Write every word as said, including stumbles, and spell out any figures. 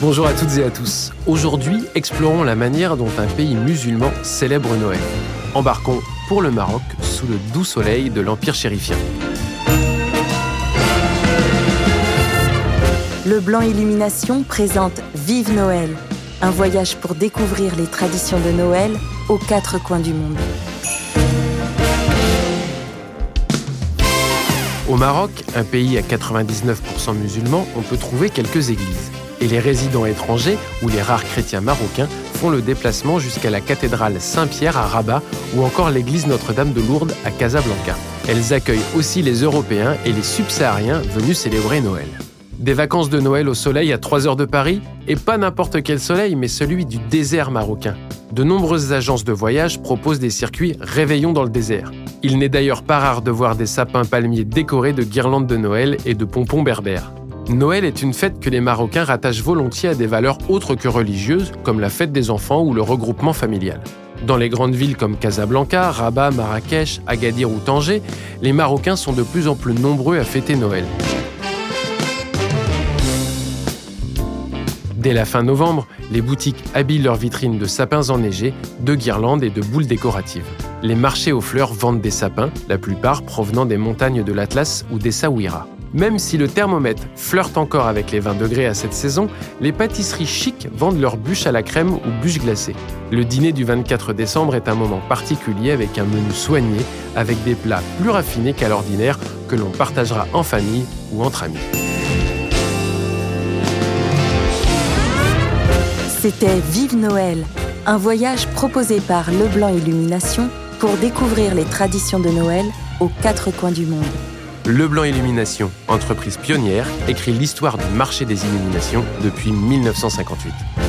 Bonjour à toutes et à tous. Aujourd'hui, explorons la manière dont un pays musulman célèbre Noël. Embarquons pour le Maroc sous le doux soleil de l'Empire chérifien. Le Blanc Illumination présente Vive Noël, un voyage pour découvrir les traditions de Noël aux quatre coins du monde. Au Maroc, un pays à quatre-vingt-dix-neuf pour cent musulmans, on peut trouver quelques églises. Et les résidents étrangers ou les rares chrétiens marocains font le déplacement jusqu'à la cathédrale Saint-Pierre à Rabat ou encore l'église Notre-Dame de Lourdes à Casablanca. Elles accueillent aussi les Européens et les subsahariens venus célébrer Noël. Des vacances de Noël au soleil à trois heures de Paris, et pas n'importe quel soleil, mais celui du désert marocain. De nombreuses agences de voyage proposent des circuits réveillons dans le désert. Il n'est d'ailleurs pas rare de voir des sapins palmiers décorés de guirlandes de Noël et de pompons berbères. Noël est une fête que les Marocains rattachent volontiers à des valeurs autres que religieuses, comme la fête des enfants ou le regroupement familial. Dans les grandes villes comme Casablanca, Rabat, Marrakech, Agadir ou Tanger, les Marocains sont de plus en plus nombreux à fêter Noël. Dès la fin novembre, les boutiques habillent leurs vitrines de sapins enneigés, de guirlandes et de boules décoratives. Les marchés aux fleurs vendent des sapins, la plupart provenant des montagnes de l'Atlas ou des Saouira. Même si le thermomètre flirte encore avec les vingt degrés à cette saison, les pâtisseries chics vendent leurs bûches à la crème ou bûches glacées. Le dîner du vingt-quatre décembre est un moment particulier avec un menu soigné, avec des plats plus raffinés qu'à l'ordinaire que l'on partagera en famille ou entre amis. C'était Vive Noël, un voyage proposé par Le Blanc Illumination pour découvrir les traditions de Noël aux quatre coins du monde. Le Blanc Illumination, entreprise pionnière, écrit l'histoire du marché des illuminations depuis mille neuf cent cinquante-huit.